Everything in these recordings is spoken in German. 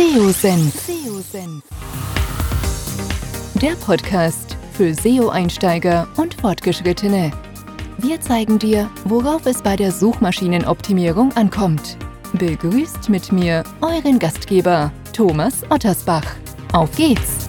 SEO-Senf. Der Podcast für SEO-Einsteiger und Fortgeschrittene. Wir zeigen dir, worauf es bei der Suchmaschinenoptimierung ankommt. Begrüßt mit mir euren Gastgeber, Thomas Ottersbach. Auf geht's!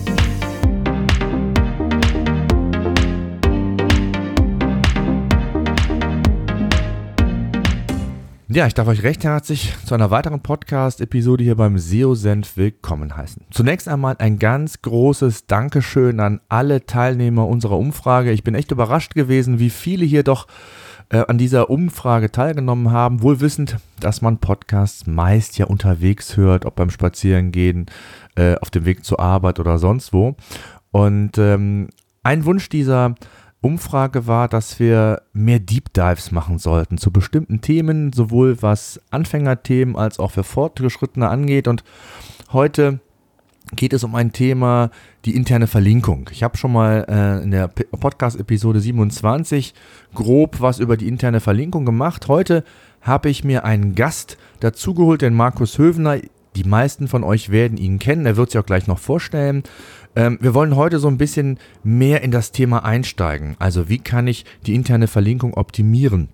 Ja, ich darf euch recht herzlich zu einer weiteren Podcast-Episode hier beim SEO-Senf willkommen heißen. Zunächst einmal ein ganz großes Dankeschön an alle Teilnehmer unserer Umfrage. Ich bin echt überrascht gewesen, wie viele hier doch an dieser Umfrage teilgenommen haben, wohl wissend, dass man Podcasts meist ja unterwegs hört, ob beim Spazierengehen, auf dem Weg zur Arbeit oder sonst wo. Und ein Wunsch dieser Umfrage war, dass wir mehr Deep Dives machen sollten zu bestimmten Themen, sowohl was Anfängerthemen als auch für Fortgeschrittene angeht. Und heute geht es um ein Thema, die interne Verlinkung. Ich habe schon mal in der Podcast-Episode 27 grob was über die interne Verlinkung gemacht. Heute habe ich mir einen Gast dazugeholt, den Markus Hövener. Die meisten von euch werden ihn kennen, er wird sich auch gleich noch vorstellen. Wir wollen heute so ein bisschen mehr in das Thema einsteigen. Also wie kann ich die interne Verlinkung optimieren?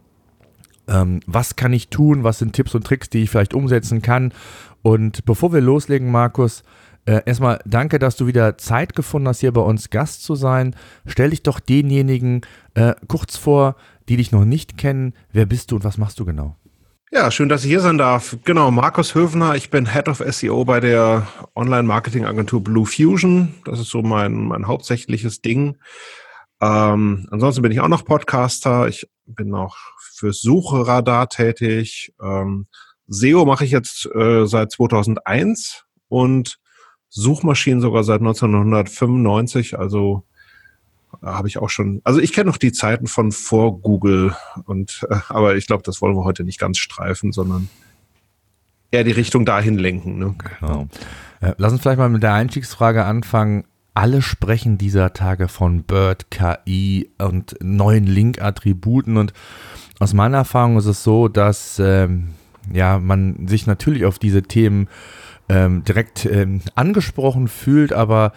Was kann ich tun? Was sind Tipps und Tricks, die ich vielleicht umsetzen kann? Und bevor wir loslegen, Markus, erstmal danke, dass du wieder Zeit gefunden hast, hier bei uns Gast zu sein. Stell dich doch denjenigen kurz vor, die dich noch nicht kennen. Wer bist du und was machst du genau? Ja, schön, dass ich hier sein darf. Genau, Markus Hövener, ich bin Head of SEO bei der Online-Marketing-Agentur Blue Fusion. Das ist so mein hauptsächliches Ding. Ansonsten bin ich auch noch Podcaster. Ich bin auch fürs Suchradar tätig. SEO mache ich jetzt seit 2001 und Suchmaschinen sogar seit 1995. Also habe ich auch schon, also ich kenne noch die Zeiten von vor Google aber ich glaube, das wollen wir heute nicht ganz streifen, sondern eher die Richtung dahin lenken. Ne? Genau. Lass uns vielleicht mal mit der Einstiegsfrage anfangen. Alle sprechen dieser Tage von BERT, KI und neuen Link-Attributen und aus meiner Erfahrung ist es so, dass man sich natürlich auf diese Themen direkt angesprochen fühlt, aber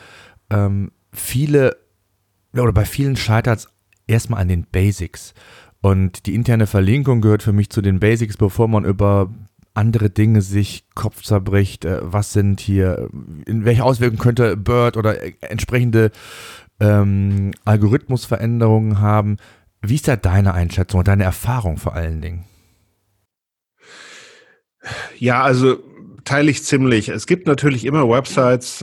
bei vielen scheitert es erstmal an den Basics. Und die interne Verlinkung gehört für mich zu den Basics, bevor man über andere Dinge sich Kopf zerbricht. Was sind hier, in welche Auswirkungen könnte BERT oder entsprechende Algorithmusveränderungen haben? Wie ist da deine Einschätzung und deine Erfahrung vor allen Dingen? Ja, also teile ich ziemlich. Es gibt natürlich immer Websites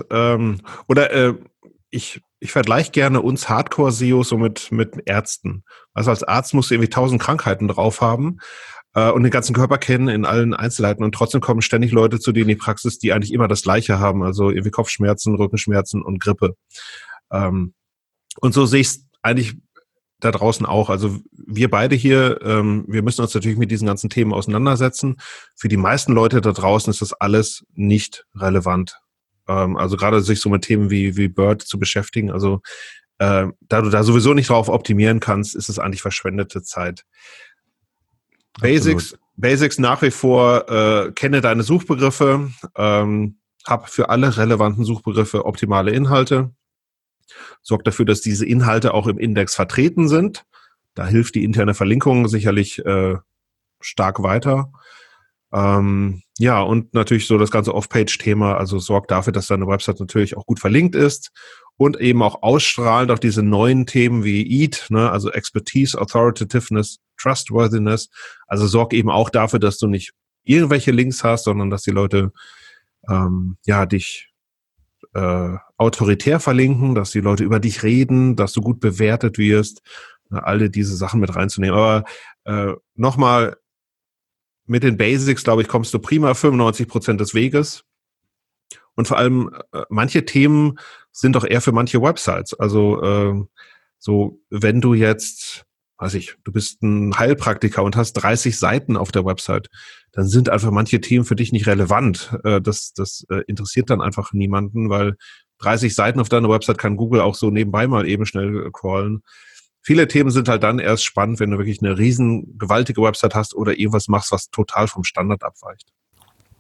ich vergleiche gerne uns Hardcore-SEOs so mit Ärzten. Also als Arzt musst du irgendwie 1000 Krankheiten drauf haben und den ganzen Körper kennen in allen Einzelheiten und trotzdem kommen ständig Leute zu dir in die Praxis, die eigentlich immer das Gleiche haben, also irgendwie Kopfschmerzen, Rückenschmerzen und Grippe. Und so sehe ich es eigentlich da draußen auch. Also wir beide hier, wir müssen uns natürlich mit diesen ganzen Themen auseinandersetzen. Für die meisten Leute da draußen ist das alles nicht relevant. Also gerade sich so mit Themen wie BERT zu beschäftigen, also da du da sowieso nicht drauf optimieren kannst, ist es eigentlich verschwendete Zeit. Basics nach wie vor, kenne deine Suchbegriffe, hab für alle relevanten Suchbegriffe optimale Inhalte, sorg dafür, dass diese Inhalte auch im Index vertreten sind. Da hilft die interne Verlinkung sicherlich stark weiter. Und natürlich so das ganze Off-Page-Thema, also sorgt dafür, dass deine Website natürlich auch gut verlinkt ist und eben auch ausstrahlt auf diese neuen Themen wie EAT, ne, also Expertise, Authoritativeness, Trustworthiness. Also sorg eben auch dafür, dass du nicht irgendwelche Links hast, sondern dass die Leute dich autoritär verlinken, dass die Leute über dich reden, dass du gut bewertet wirst, alle diese Sachen mit reinzunehmen. Aber nochmal, mit den Basics, glaube ich, kommst du prima 95% des Weges. Und vor allem, manche Themen sind doch eher für manche Websites. Also so, wenn du jetzt, du bist ein Heilpraktiker und hast 30 Seiten auf der Website, dann sind einfach manche Themen für dich nicht relevant. Das interessiert dann einfach niemanden, weil 30 Seiten auf deiner Website kann Google auch so nebenbei mal eben schnell crawlen. Viele Themen sind halt dann erst spannend, wenn du wirklich eine riesen gewaltige Website hast oder irgendwas machst, was total vom Standard abweicht.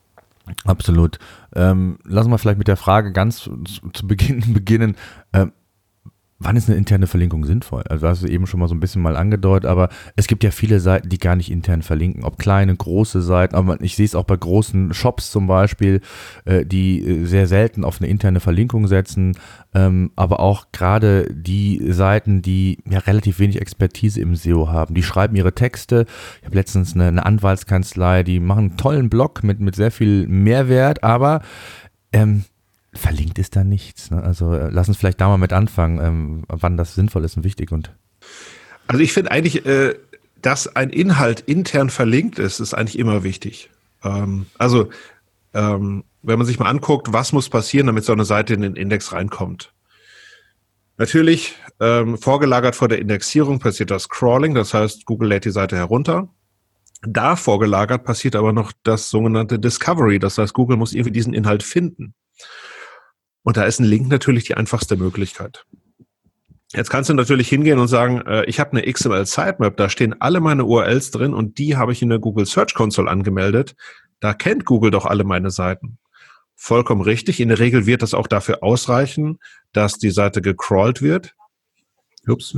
Absolut. Lassen wir vielleicht mit der Frage ganz zu Beginn beginnen. Wann ist eine interne Verlinkung sinnvoll? Also hast du eben schon mal so ein bisschen mal angedeutet, aber es gibt ja viele Seiten, die gar nicht intern verlinken, ob kleine, große Seiten, aber ich sehe es auch bei großen Shops zum Beispiel, die sehr selten auf eine interne Verlinkung setzen, aber auch gerade die Seiten, die ja relativ wenig Expertise im SEO haben, die schreiben ihre Texte. Ich habe letztens eine Anwaltskanzlei, die machen einen tollen Blog mit sehr viel Mehrwert, aber verlinkt ist da nichts. Ne? Also lass uns vielleicht da mal mit anfangen, wann das sinnvoll ist und wichtig. Also ich finde eigentlich, dass ein Inhalt intern verlinkt ist eigentlich immer wichtig. Wenn man sich mal anguckt, was muss passieren, damit so eine Seite in den Index reinkommt. Natürlich, vorgelagert vor der Indexierung passiert das Crawling, das heißt, Google lädt die Seite herunter. Da vorgelagert passiert aber noch das sogenannte Discovery, das heißt, Google muss irgendwie diesen Inhalt finden. Und da ist ein Link natürlich die einfachste Möglichkeit. Jetzt kannst du natürlich hingehen und sagen, ich habe eine XML Sitemap, da stehen alle meine URLs drin und die habe ich in der Google Search Console angemeldet. Da kennt Google doch alle meine Seiten. Vollkommen richtig. In der Regel wird das auch dafür ausreichen, dass die Seite gecrawlt wird. Ups.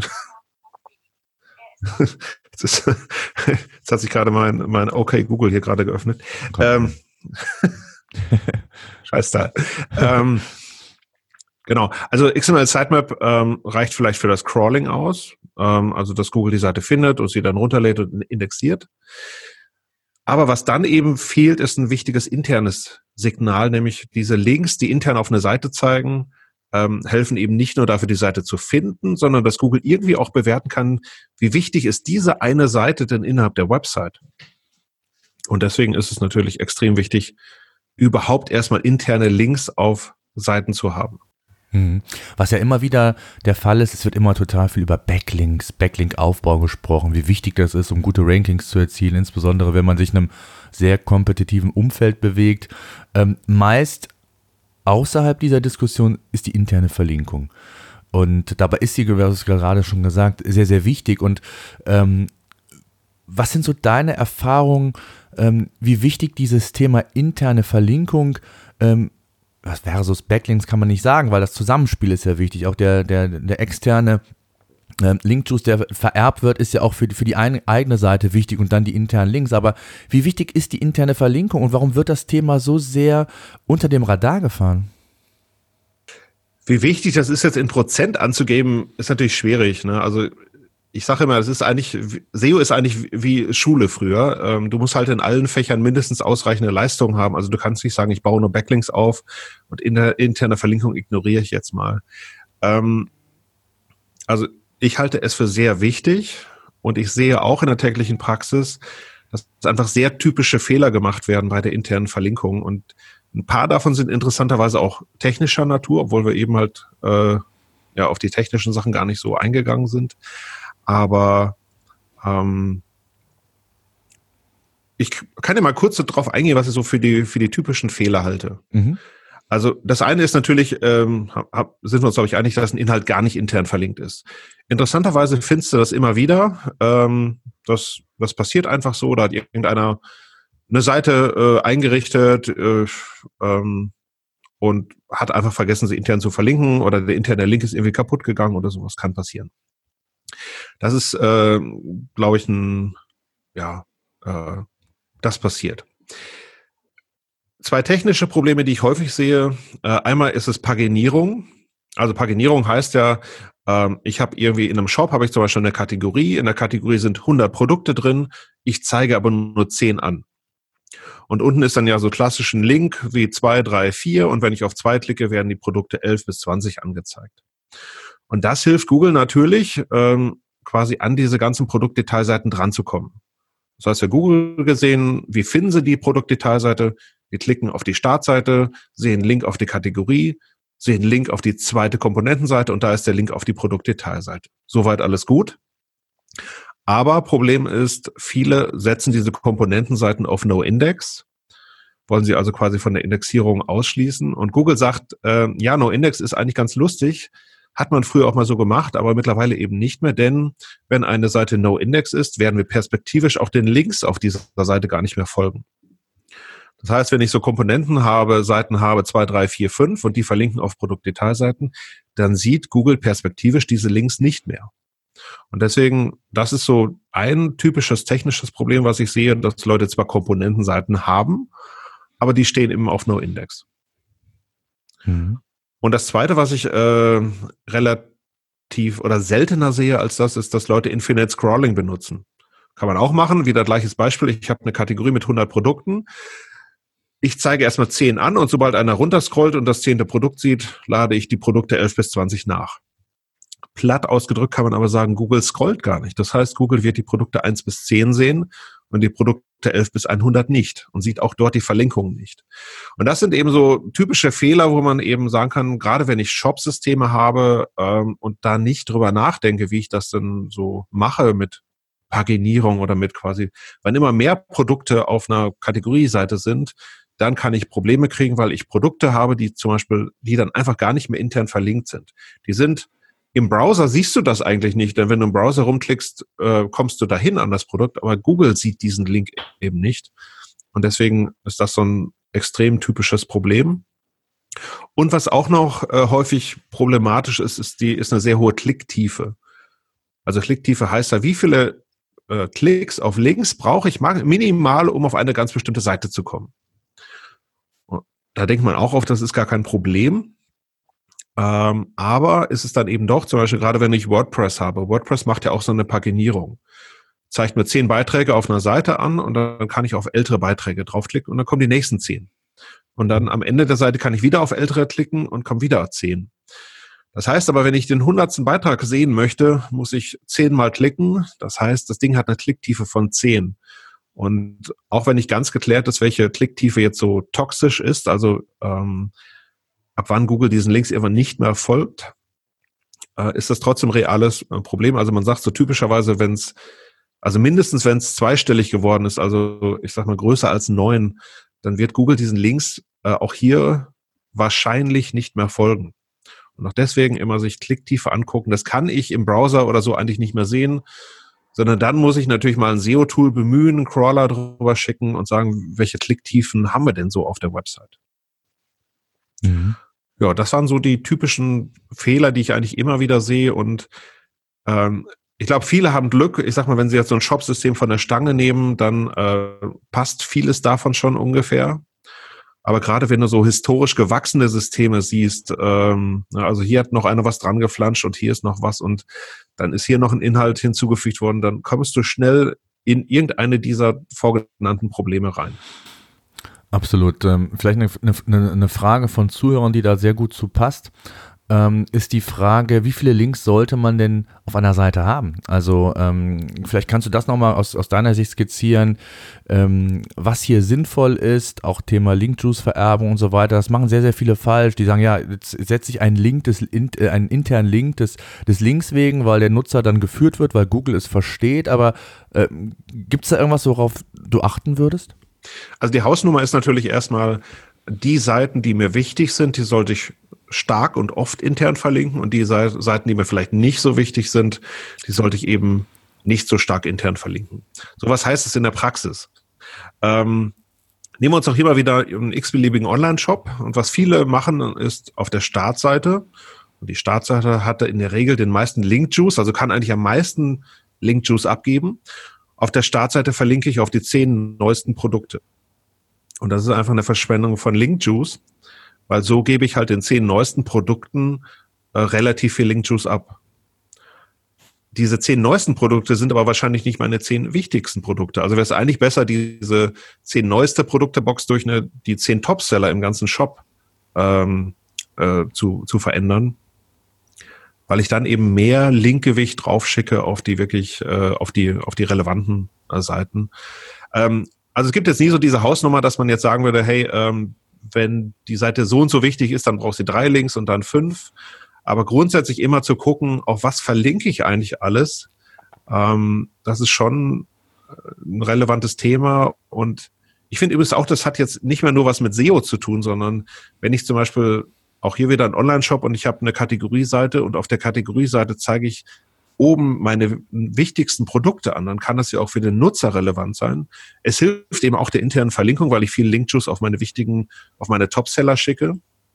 Jetzt hat sich gerade mein OK Google hier gerade geöffnet. Scheiß da. Genau, also XML Sitemap reicht vielleicht für das Crawling aus, also dass Google die Seite findet und sie dann runterlädt und indexiert. Aber was dann eben fehlt, ist ein wichtiges internes Signal, nämlich diese Links, die intern auf eine Seite zeigen, helfen eben nicht nur dafür, die Seite zu finden, sondern dass Google irgendwie auch bewerten kann, wie wichtig ist diese eine Seite denn innerhalb der Website. Und deswegen ist es natürlich extrem wichtig, überhaupt erstmal interne Links auf Seiten zu haben. Was ja immer wieder der Fall ist, es wird immer total viel über Backlinks, Backlink-Aufbau gesprochen, wie wichtig das ist, um gute Rankings zu erzielen, insbesondere wenn man sich in einem sehr kompetitiven Umfeld bewegt. Meist außerhalb dieser Diskussion ist die interne Verlinkung. Und dabei ist sie, du hast es gerade schon gesagt, sehr, sehr wichtig. Und was sind so deine Erfahrungen, wie wichtig dieses Thema interne Verlinkung was versus Backlinks kann man nicht sagen, weil das Zusammenspiel ist ja wichtig. Auch der externe Linkjuice, der vererbt wird, ist ja auch für die eigene Seite wichtig und dann die internen Links. Aber wie wichtig ist die interne Verlinkung und warum wird das Thema so sehr unter dem Radar gefahren? Wie wichtig das ist, jetzt in Prozent anzugeben, ist natürlich schwierig. Ne? Also ich sage immer, SEO ist eigentlich wie Schule früher. Du musst halt in allen Fächern mindestens ausreichende Leistungen haben. Also du kannst nicht sagen, ich baue nur Backlinks auf und interne Verlinkung ignoriere ich jetzt mal. Also ich halte es für sehr wichtig und ich sehe auch in der täglichen Praxis, dass einfach sehr typische Fehler gemacht werden bei der internen Verlinkung. Und ein paar davon sind interessanterweise auch technischer Natur, obwohl wir eben halt auf die technischen Sachen gar nicht so eingegangen sind. Aber ich kann ja mal kurz darauf eingehen, was ich so für die typischen Fehler halte. Mhm. Also das eine ist natürlich, sind wir uns, glaube ich, einig, dass ein Inhalt gar nicht intern verlinkt ist. Interessanterweise findest du das immer wieder. Das passiert einfach so, da hat irgendeiner eine Seite eingerichtet und hat einfach vergessen, sie intern zu verlinken oder der interne Link ist irgendwie kaputt gegangen oder sowas, kann passieren. Das ist, glaube ich, das passiert. Zwei technische Probleme, die ich häufig sehe. Einmal ist es Paginierung. Also Paginierung heißt ja, ich habe irgendwie in einem Shop, habe ich zum Beispiel eine Kategorie. In der Kategorie sind 100 Produkte drin. Ich zeige aber nur 10 an. Und unten ist dann ja so klassisch ein Link wie 2, 3, 4. Und wenn ich auf 2 klicke, werden die Produkte 11 bis 20 angezeigt. Und das hilft Google natürlich, quasi an diese ganzen Produktdetailseiten dran zu kommen. Das heißt, für Google gesehen, wie finden sie die Produktdetailseite? Die klicken auf die Startseite, sehen Link auf die Kategorie, sehen Link auf die zweite Komponentenseite und da ist der Link auf die Produktdetailseite. Soweit alles gut. Aber Problem ist, viele setzen diese Komponentenseiten auf No-Index, wollen sie also quasi von der Indexierung ausschließen. Und Google sagt, No-Index ist eigentlich ganz lustig, hat man früher auch mal so gemacht, aber mittlerweile eben nicht mehr, denn wenn eine Seite No-Index ist, werden wir perspektivisch auch den Links auf dieser Seite gar nicht mehr folgen. Das heißt, wenn ich so Komponenten habe, Seiten habe 2, 3, 4, 5 und die verlinken auf Produktdetailseiten, dann sieht Google perspektivisch diese Links nicht mehr. Und deswegen, das ist so ein typisches technisches Problem, was ich sehe, dass Leute zwar Komponentenseiten haben, aber die stehen eben auf No-Index. Mhm. Und das Zweite, was ich relativ oder seltener sehe als das, ist, dass Leute Infinite Scrolling benutzen. Kann man auch machen, wieder gleiches Beispiel. Ich habe eine Kategorie mit 100 Produkten. Ich zeige erstmal 10 an und sobald einer runterscrollt und das 10. Produkt sieht, lade ich die Produkte 11 bis 20 nach. Platt ausgedrückt kann man aber sagen, Google scrollt gar nicht. Das heißt, Google wird die Produkte 1 bis 10 sehen und die Produkte 11 bis 100 nicht und sieht auch dort die Verlinkungen nicht. Und das sind eben so typische Fehler, wo man eben sagen kann, gerade wenn ich Shop-Systeme habe und da nicht drüber nachdenke, wie ich das denn so mache mit Paginierung oder mit quasi, wenn immer mehr Produkte auf einer Kategorieseite sind, dann kann ich Probleme kriegen, weil ich Produkte habe, die zum Beispiel, die dann einfach gar nicht mehr intern verlinkt sind. Die sind im Browser, siehst du das eigentlich nicht, denn wenn du im Browser rumklickst, kommst du dahin an das Produkt, aber Google sieht diesen Link eben nicht. Und deswegen ist das so ein extrem typisches Problem. Und was auch noch häufig problematisch ist, ist eine sehr hohe Klicktiefe. Also Klicktiefe heißt ja, wie viele Klicks auf Links brauche ich minimal, um auf eine ganz bestimmte Seite zu kommen. Da denkt man auch oft, das ist gar kein Problem. Aber ist es dann eben doch, zum Beispiel gerade wenn ich WordPress habe. WordPress macht ja auch so eine Paginierung. Zeigt mir 10 Beiträge auf einer Seite an und dann kann ich auf ältere Beiträge draufklicken und dann kommen die nächsten 10. Und dann am Ende der Seite kann ich wieder auf ältere klicken und kommen wieder 10. Das heißt aber, wenn ich den 100. Beitrag sehen möchte, muss ich 10 Mal klicken. Das heißt, das Ding hat eine Klicktiefe von 10. Und auch wenn nicht ganz geklärt ist, welche Klicktiefe jetzt so toxisch ist, also ab wann Google diesen Links irgendwann nicht mehr folgt, ist das trotzdem reales Problem. Also man sagt so typischerweise, mindestens wenn es zweistellig geworden ist, also ich sag mal größer als 9, dann wird Google diesen Links auch hier wahrscheinlich nicht mehr folgen. Und auch deswegen immer sich Klicktiefe angucken. Das kann ich im Browser oder so eigentlich nicht mehr sehen, sondern dann muss ich natürlich mal ein SEO-Tool bemühen, einen Crawler drüber schicken und sagen, welche Klicktiefen haben wir denn so auf der Website? Mhm. Ja, das waren so die typischen Fehler, die ich eigentlich immer wieder sehe und ich glaube, viele haben Glück. Ich sag mal, wenn sie jetzt so ein Shop-System von der Stange nehmen, dann passt vieles davon schon ungefähr. Aber gerade wenn du so historisch gewachsene Systeme siehst, also hier hat noch einer was dran geflanscht und hier ist noch was und dann ist hier noch ein Inhalt hinzugefügt worden, dann kommst du schnell in irgendeine dieser vorgenannten Probleme rein. Absolut. Vielleicht eine Frage von Zuhörern, die da sehr gut zu passt, ist die Frage, wie viele Links sollte man denn auf einer Seite haben? Also vielleicht kannst du das nochmal aus deiner Sicht skizzieren, was hier sinnvoll ist, auch Thema Link-Juice-Vererbung und so weiter. Das machen sehr, sehr viele falsch. Die sagen, ja, jetzt setze ich einen internen Link des Links wegen, weil der Nutzer dann geführt wird, weil Google es versteht. Aber gibt es da irgendwas, worauf du achten würdest? Also die Hausnummer ist natürlich erstmal, die Seiten, die mir wichtig sind, die sollte ich stark und oft intern verlinken und die Seiten, die mir vielleicht nicht so wichtig sind, die sollte ich eben nicht so stark intern verlinken. So, was heißt es in der Praxis? Nehmen wir uns auch hier mal wieder einen x-beliebigen Online-Shop und was viele machen, ist auf der Startseite, und die Startseite hatte in der Regel den meisten Link-Juice, also kann eigentlich am meisten Link-Juice abgeben. Auf der Startseite verlinke ich auf die 10 neuesten Produkte. Und das ist einfach eine Verschwendung von Link-Juice, weil so gebe ich halt den 10 neuesten Produkten relativ viel Link-Juice ab. Diese 10 neuesten Produkte sind aber wahrscheinlich nicht meine 10 wichtigsten Produkte. Also wäre es eigentlich besser, diese 10 neueste Produktebox durch die 10 Topseller im ganzen Shop zu verändern, weil ich dann eben mehr Linkgewicht draufschicke auf die wirklich auf die relevanten Seiten. Also es gibt jetzt nie so diese Hausnummer, dass man jetzt sagen würde, hey, wenn die Seite so und so wichtig ist, dann brauchst du 3 Links und dann 5. Aber grundsätzlich immer zu gucken, auf was verlinke ich eigentlich alles, das ist schon ein relevantes Thema. Und ich finde übrigens auch, das hat jetzt nicht mehr nur was mit SEO zu tun, sondern wenn ich zum Beispiel auch hier wieder einen Online-Shop und ich habe eine Kategorieseite und auf der Kategorieseite zeige ich oben meine wichtigsten Produkte an, dann kann das ja auch für den Nutzer relevant sein. Es hilft eben auch der internen Verlinkung, weil ich viel Link-Juice auf meine Top-Seller schicke.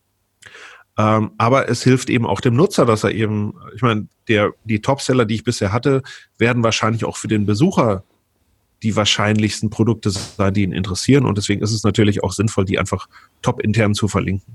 Aber es hilft eben auch dem Nutzer, dass er eben, ich meine, die Top-Seller, die ich bisher hatte, werden wahrscheinlich auch für den Besucher die wahrscheinlichsten Produkte sein, die ihn interessieren. Und deswegen ist es natürlich auch sinnvoll, die einfach top intern zu verlinken.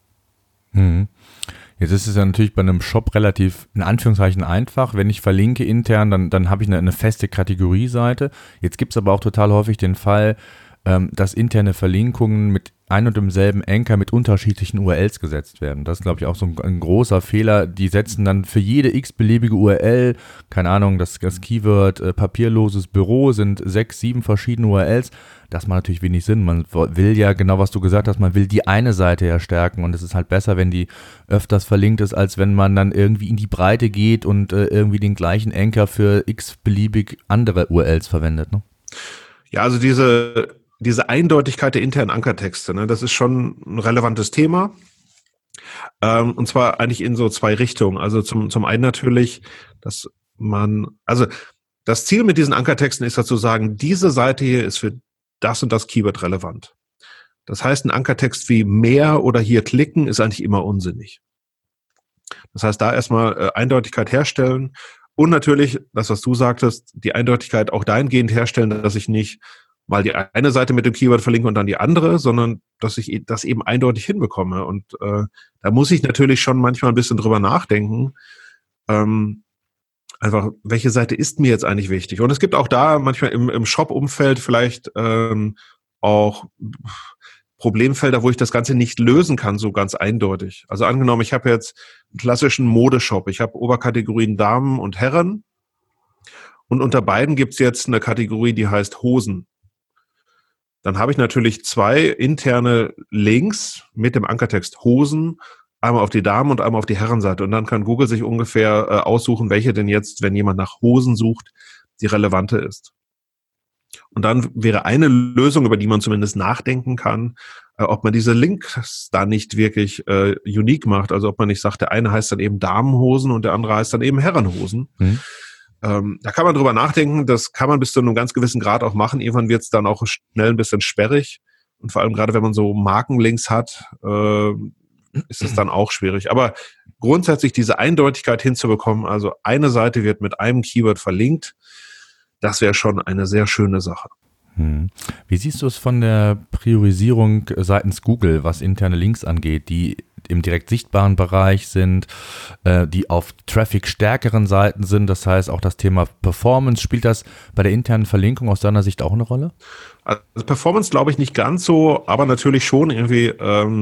Jetzt ist es ja natürlich bei einem Shop relativ, in Anführungszeichen, einfach. Wenn ich verlinke intern, dann habe ich eine feste Kategorieseite. Jetzt gibt es aber auch total häufig den Fall, dass interne Verlinkungen mit ein und demselben Anchor mit unterschiedlichen URLs gesetzt werden. Das ist, glaube ich, auch so ein großer Fehler. Die setzen dann für jede x-beliebige URL, keine Ahnung, das Keyword papierloses Büro sind 6, 7 verschiedene URLs. Das macht natürlich wenig Sinn. Man will ja, genau was du gesagt hast, man will die eine Seite ja stärken und es ist halt besser, wenn die öfters verlinkt ist, als wenn man dann irgendwie in die Breite geht und irgendwie den gleichen Anchor für x-beliebig andere URLs verwendet, ne? Ja, also diese Eindeutigkeit der internen Ankertexte, ne, das ist schon ein relevantes Thema. Und zwar eigentlich in so zwei Richtungen. Also zum einen natürlich, dass das Ziel mit diesen Ankertexten ist ja zu sagen, diese Seite hier ist für das und das Keyword relevant. Das heißt, ein Ankertext wie mehr oder hier klicken ist eigentlich immer unsinnig. Das heißt, da erstmal Eindeutigkeit herstellen und natürlich, das, was du sagtest, die Eindeutigkeit auch dahingehend herstellen, dass ich nicht mal die eine Seite mit dem Keyword verlinke und dann die andere, sondern dass ich das eben eindeutig hinbekomme. Und da muss ich natürlich schon manchmal ein bisschen drüber nachdenken, einfach, welche Seite ist mir jetzt eigentlich wichtig? Und es gibt auch da manchmal im Shop-Umfeld vielleicht auch Problemfelder, wo ich das Ganze nicht lösen kann, so ganz eindeutig. Also angenommen, ich habe jetzt einen klassischen Modeshop. Ich habe Oberkategorien Damen und Herren. Und unter beiden gibt es jetzt eine Kategorie, die heißt Hosen. Dann habe ich natürlich 2 interne Links mit dem Ankertext Hosen, einmal auf die Damen- und einmal auf die Herrenseite. Und dann kann Google sich ungefähr aussuchen, welche denn jetzt, wenn jemand nach Hosen sucht, die relevante ist. Und dann wäre eine Lösung, über die man zumindest nachdenken kann, ob man diese Links da nicht wirklich unique macht. Also ob man nicht sagt, der eine heißt dann eben Damenhosen und der andere heißt dann eben Herrenhosen. Da kann man drüber nachdenken, das kann man bis zu einem ganz gewissen Grad auch machen. Irgendwann wird es dann auch schnell ein bisschen sperrig. Und vor allem gerade, wenn man so Markenlinks hat, ist es dann auch schwierig. Aber grundsätzlich diese Eindeutigkeit hinzubekommen, also eine Seite wird mit einem Keyword verlinkt, das wäre schon eine sehr schöne Sache. Wie siehst du es von der Priorisierung seitens Google, was interne Links angeht, die im direkt sichtbaren Bereich sind, die auf Traffic stärkeren Seiten sind? Das heißt, auch das Thema Performance, spielt das bei der internen Verlinkung aus deiner Sicht auch eine Rolle? Also Performance glaube ich nicht ganz so, aber natürlich schon irgendwie,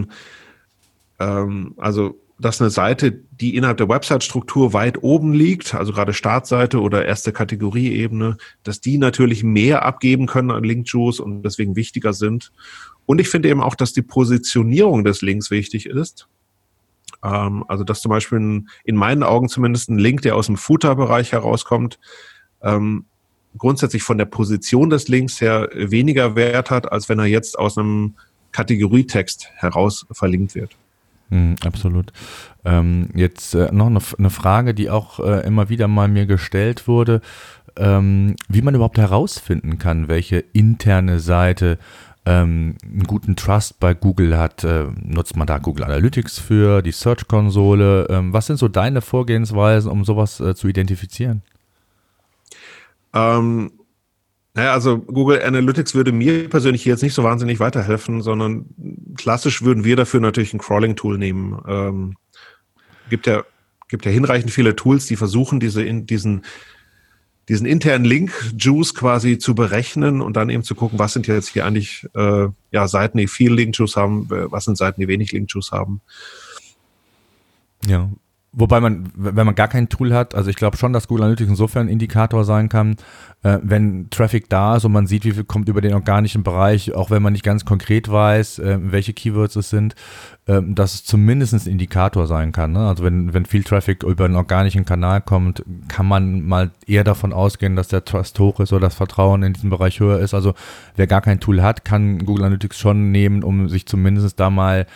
also dass eine Seite, die innerhalb der Website-Struktur weit oben liegt, also gerade Startseite oder erste Kategorieebene, dass die natürlich mehr abgeben können an Link-Juice und deswegen wichtiger sind. Und ich finde eben auch, dass die Positionierung des Links wichtig ist. Also dass zum Beispiel in meinen Augen zumindest ein Link, der aus dem Footer-Bereich herauskommt, grundsätzlich von der Position des Links her weniger Wert hat, als wenn er jetzt aus einem Kategorietext heraus verlinkt wird. Absolut. Jetzt noch eine Frage, die auch immer wieder mal mir gestellt wurde, wie man überhaupt herausfinden kann, welche interne Seite einen guten Trust bei Google hat. Nutzt man da Google Analytics für, die Search-Konsole? Was sind so deine Vorgehensweisen, um sowas zu identifizieren? Naja, also Google Analytics würde mir persönlich jetzt nicht so wahnsinnig weiterhelfen, sondern klassisch würden wir dafür natürlich ein Crawling-Tool nehmen. Gibt ja hinreichend viele Tools, die versuchen, diesen internen Link-Juice quasi zu berechnen und dann eben zu gucken, was sind jetzt hier eigentlich Seiten, die viel Link-Juice haben, was sind Seiten, die wenig Link-Juice haben. Ja. Wobei wenn man gar kein Tool hat, also ich glaube schon, dass Google Analytics insofern ein Indikator sein kann, wenn Traffic da ist und man sieht, wie viel kommt über den organischen Bereich, auch wenn man nicht ganz konkret weiß, welche Keywords es sind, dass es zumindest ein Indikator sein kann. Ne? Also wenn viel Traffic über einen organischen Kanal kommt, kann man mal eher davon ausgehen, dass der Trust hoch ist oder das Vertrauen in diesem Bereich höher ist. Also wer gar kein Tool hat, kann Google Analytics schon nehmen, um sich zumindest da mal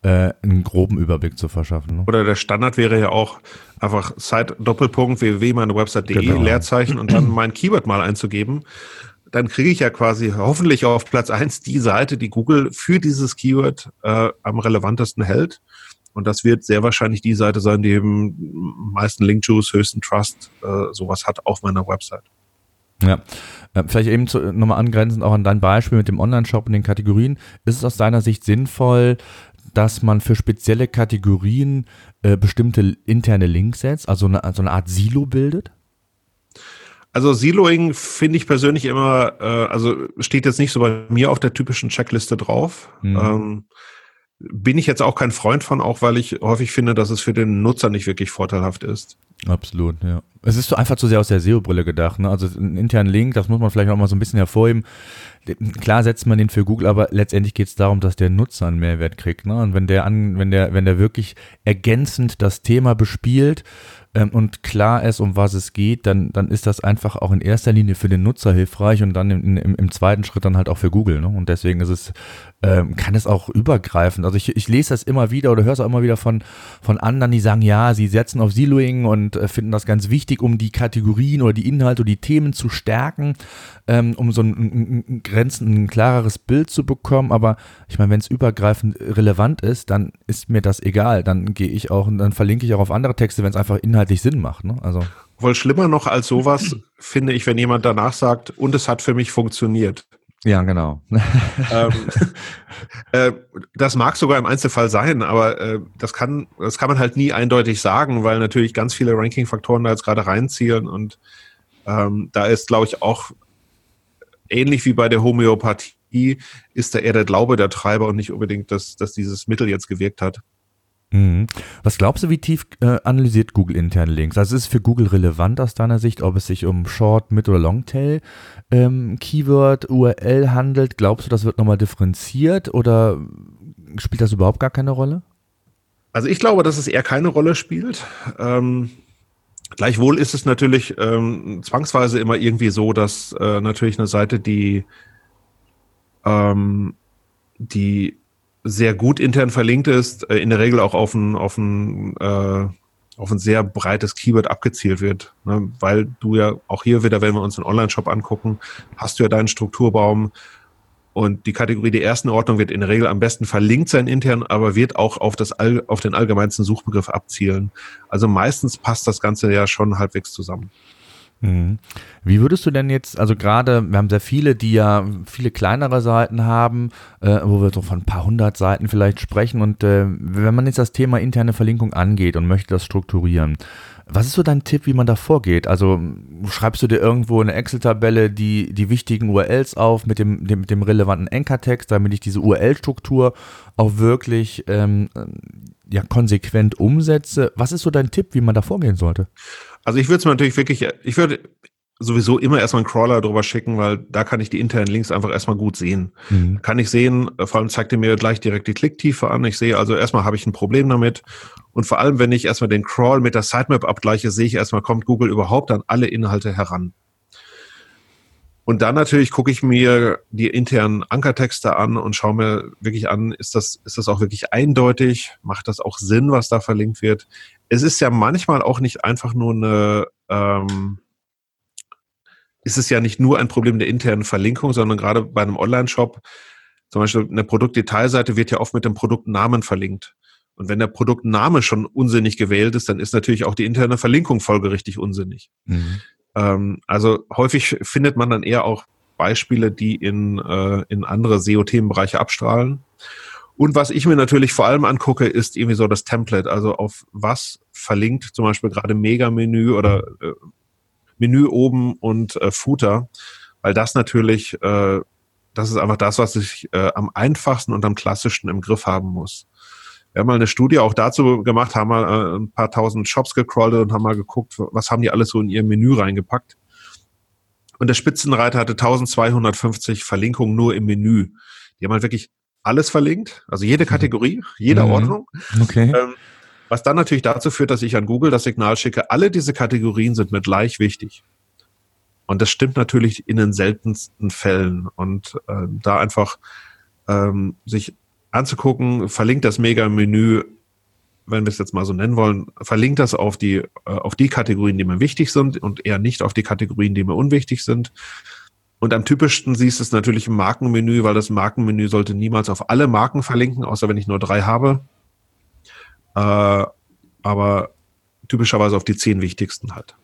einen groben Überblick zu verschaffen. Ne? Oder der Standard wäre ja auch einfach Site-Doppelpunkt www.meinewebsite.de Leerzeichen und dann mein Keyword mal einzugeben. Dann kriege ich ja quasi hoffentlich auf Platz 1 die Seite, die Google für dieses Keyword am relevantesten hält. Und das wird sehr wahrscheinlich die Seite sein, die eben meisten Link-Juice, höchsten Trust, sowas hat auf meiner Website. Ja, vielleicht eben nochmal angrenzend auch an dein Beispiel mit dem Online-Shop und den Kategorien. Ist es aus deiner Sicht sinnvoll, dass man für spezielle Kategorien bestimmte interne Links setzt, also eine Art Silo bildet? Also Siloing finde ich persönlich immer, also steht jetzt nicht so bei mir auf der typischen Checkliste drauf. Bin ich jetzt auch kein Freund von, auch weil ich häufig finde, dass es für den Nutzer nicht wirklich vorteilhaft ist. Absolut, ja. Es ist so einfach zu sehr aus der SEO-Brille gedacht, ne? Also einen internen Link, das muss man vielleicht auch mal so ein bisschen hervorheben. Klar setzt man den für Google, aber letztendlich geht es darum, dass der Nutzer einen Mehrwert kriegt, ne? Und wenn der wirklich ergänzend das Thema bespielt und klar ist, um was es geht, dann ist das einfach auch in erster Linie für den Nutzer hilfreich und dann im zweiten Schritt dann halt auch für Google, ne? Und deswegen ist es, kann es auch übergreifend. Also ich lese das immer wieder oder höre es auch immer wieder von anderen, die sagen, ja, sie setzen auf Siloing und finden das ganz wichtig, um die Kategorien oder die Inhalte oder die Themen zu stärken, um so ein klareres Bild zu bekommen. Aber ich meine, wenn es übergreifend relevant ist, dann ist mir das egal. Dann gehe ich auch und dann verlinke ich auch auf andere Texte, wenn es einfach inhaltlich Sinn macht, ne? Also wohl schlimmer noch als sowas finde ich, wenn jemand danach sagt, und es hat für mich funktioniert. Ja, genau. Das mag sogar im Einzelfall sein, aber das kann man halt nie eindeutig sagen, weil natürlich ganz viele Ranking-Faktoren da jetzt gerade reinzielen und da ist, glaube ich, auch ähnlich wie bei der Homöopathie ist da eher der Glaube der Treiber und nicht unbedingt, dass dieses Mittel jetzt gewirkt hat. Was glaubst du, wie tief analysiert Google interne Links? Also ist es für Google relevant aus deiner Sicht, ob es sich um Short-, Mid- oder Longtail Keyword, URL handelt? Glaubst du, das wird nochmal differenziert oder spielt das überhaupt gar keine Rolle? Also ich glaube, dass es eher keine Rolle spielt. Gleichwohl ist es natürlich zwangsweise immer irgendwie so, dass natürlich eine Seite, die sehr gut intern verlinkt ist, in der Regel auch auf ein sehr breites Keyword abgezielt wird, ne? Weil du ja auch hier wieder, wenn wir uns den Online-Shop angucken, hast du ja deinen Strukturbaum und die Kategorie der ersten Ordnung wird in der Regel am besten verlinkt sein intern, aber wird auch auf den allgemeinsten Suchbegriff abzielen. Also meistens passt das Ganze ja schon halbwegs zusammen. Wie würdest du denn jetzt, also gerade, wir haben sehr viele, die ja viele kleinere Seiten haben, wo wir so von ein paar hundert Seiten vielleicht sprechen und wenn man jetzt das Thema interne Verlinkung angeht und möchte das strukturieren, was ist so dein Tipp, wie man da vorgeht? Also schreibst du dir irgendwo in eine Excel-Tabelle die wichtigen URLs auf mit dem relevanten Anchor-Text, damit ich diese URL-Struktur auch wirklich konsequent umsetze? Was ist so dein Tipp, wie man da vorgehen sollte? Also ich würde sowieso immer erstmal einen Crawler drüber schicken, weil da kann ich die internen Links einfach erstmal gut sehen. Kann ich sehen, vor allem zeigt er mir gleich direkt die Klicktiefe an. Ich sehe also erstmal, habe ich ein Problem damit. Und vor allem, wenn ich erstmal den Crawl mit der Sitemap abgleiche, sehe ich erstmal, kommt Google überhaupt an alle Inhalte heran. Und dann natürlich gucke ich mir die internen Ankertexte an und schaue mir wirklich an, ist das auch wirklich eindeutig? Macht das auch Sinn, was da verlinkt wird? Es ist ja manchmal auch nicht einfach nur ist es ja nicht nur ein Problem der internen Verlinkung, sondern gerade bei einem Online-Shop, zum Beispiel eine Produktdetailseite wird ja oft mit dem Produktnamen verlinkt. Und wenn der Produktname schon unsinnig gewählt ist, dann ist natürlich auch die interne Verlinkung folgerichtig unsinnig. Also häufig findet man dann eher auch Beispiele, die in andere SEO-Themenbereiche abstrahlen. Und was ich mir natürlich vor allem angucke, ist irgendwie so das Template, also auf was verlinkt zum Beispiel gerade Mega-Menü oder Menü oben und Footer, weil das natürlich, das ist einfach das, was ich am einfachsten und am klassischsten im Griff haben muss. Wir haben mal eine Studie auch dazu gemacht, haben mal ein paar tausend Shops gecrawlt und haben mal geguckt, was haben die alles so in ihr Menü reingepackt. Und der Spitzenreiter hatte 1250 Verlinkungen nur im Menü. Die haben halt wirklich alles verlinkt, also jede Kategorie, jede Ordnung. Okay. Was dann natürlich dazu führt, dass ich an Google das Signal schicke, alle diese Kategorien sind mir gleich wichtig. Und das stimmt natürlich in den seltensten Fällen. Und da einfach sich anzugucken, verlinkt das Mega-Menü, wenn wir es jetzt mal so nennen wollen, verlinkt das auf die Kategorien, die mir wichtig sind und eher nicht auf die Kategorien, die mir unwichtig sind. Und am typischsten siehst du es natürlich im Markenmenü, weil das Markenmenü sollte niemals auf alle Marken verlinken, außer wenn ich nur 3 habe. Aber typischerweise auf die 10 wichtigsten halt.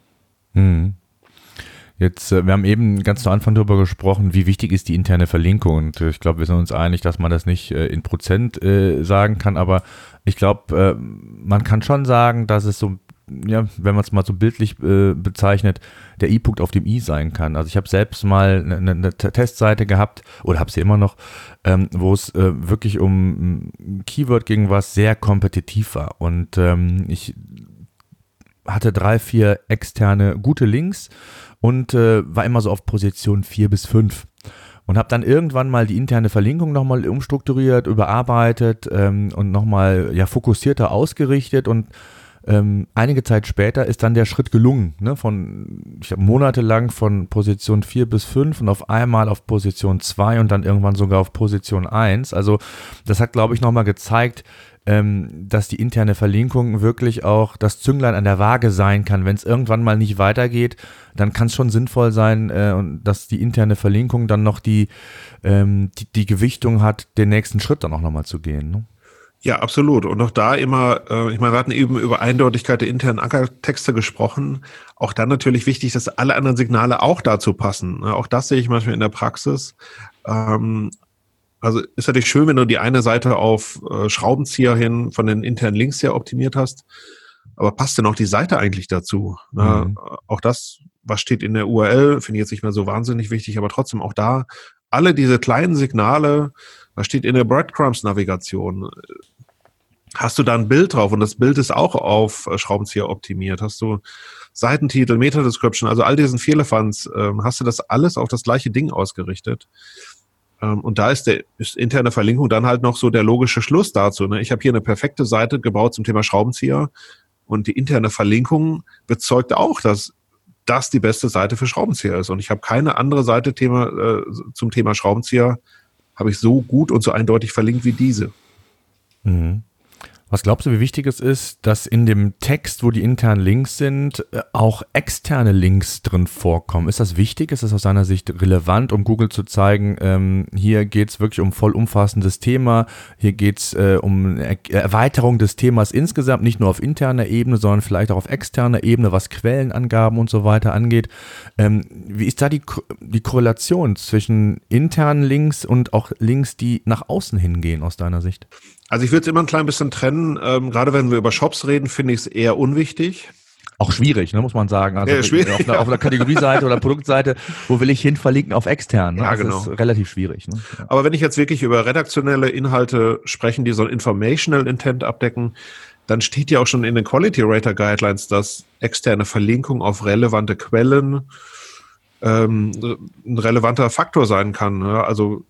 Jetzt, wir haben eben ganz zu Anfang darüber gesprochen, wie wichtig ist die interne Verlinkung, und ich glaube, wir sind uns einig, dass man das nicht in Prozent sagen kann, aber ich glaube, man kann schon sagen, dass es so, ja, wenn man es mal so bildlich bezeichnet, der I-Punkt auf dem I sein kann. Also ich habe selbst mal eine Testseite gehabt, oder habe sie immer noch, wo es wirklich um ein Keyword ging, was sehr kompetitiv war, und ich hatte 3, 4 externe gute Links und war immer so auf Position 4 bis 5 und habe dann irgendwann mal die interne Verlinkung nochmal umstrukturiert, überarbeitet und nochmal fokussierter ausgerichtet, und einige Zeit später ist dann der Schritt gelungen, ne? Ich habe monatelang von Position 4 bis 5 und auf einmal auf Position 2 und dann irgendwann sogar auf Position 1. Also das hat, glaube ich, nochmal gezeigt, dass die interne Verlinkung wirklich auch das Zünglein an der Waage sein kann. Wenn es irgendwann mal nicht weitergeht, dann kann es schon sinnvoll sein, dass die interne Verlinkung dann noch die Gewichtung hat, den nächsten Schritt dann auch nochmal zu gehen, ne? Ja, absolut. Und auch da immer, ich meine, wir hatten eben über Eindeutigkeit der internen Ankertexte gesprochen. Auch dann natürlich wichtig, dass alle anderen Signale auch dazu passen. Auch das sehe ich manchmal in der Praxis. Also ist natürlich schön, wenn du die eine Seite auf Schraubenzieher hin von den internen Links her optimiert hast. Aber passt denn auch die Seite eigentlich dazu? Auch das, was steht in der URL, finde ich jetzt nicht mehr so wahnsinnig wichtig, aber trotzdem auch da alle diese kleinen Signale, was steht in der Breadcrumbs-Navigation? Hast du da ein Bild drauf und das Bild ist auch auf Schraubenzieher optimiert? Hast du Seitentitel, Meta-Description, also all diesen Vierlefanz, hast du das alles auf das gleiche Ding ausgerichtet? Und da ist interne Verlinkung dann halt noch so der logische Schluss dazu. Ne? Ich habe hier eine perfekte Seite gebaut zum Thema Schraubenzieher und die interne Verlinkung bezeugt auch, dass das die beste Seite für Schraubenzieher ist. Und ich habe keine andere Seite zum Thema Schraubenzieher habe ich so gut und so eindeutig verlinkt wie diese. Mhm. Was glaubst du, wie wichtig es ist, dass in dem Text, wo die internen Links sind, auch externe Links drin vorkommen? Ist das wichtig? Ist das aus deiner Sicht relevant, um Google zu zeigen, hier geht es wirklich um vollumfassendes Thema, hier geht es um Erweiterung des Themas insgesamt, nicht nur auf interner Ebene, sondern vielleicht auch auf externer Ebene, was Quellenangaben und so weiter angeht. Wie ist da die Korrelation zwischen internen Links und auch Links, die nach außen hingehen, aus deiner Sicht? Also ich würde es immer ein klein bisschen trennen. Gerade wenn wir über Shops reden, finde ich es eher unwichtig. Auch schwierig, ne, muss man sagen. Also schwierig, auf einer Kategorieseite oder Produktseite, wo will ich hin verlinken auf extern? Ne? Ja, das genau. ist relativ schwierig. Ne? Ja. Aber wenn ich jetzt wirklich über redaktionelle Inhalte sprechen, die so ein Informational Intent abdecken, dann steht ja auch schon in den Quality Rater Guidelines, dass externe Verlinkung auf relevante Quellen ein relevanter Faktor sein kann. Ne? Also,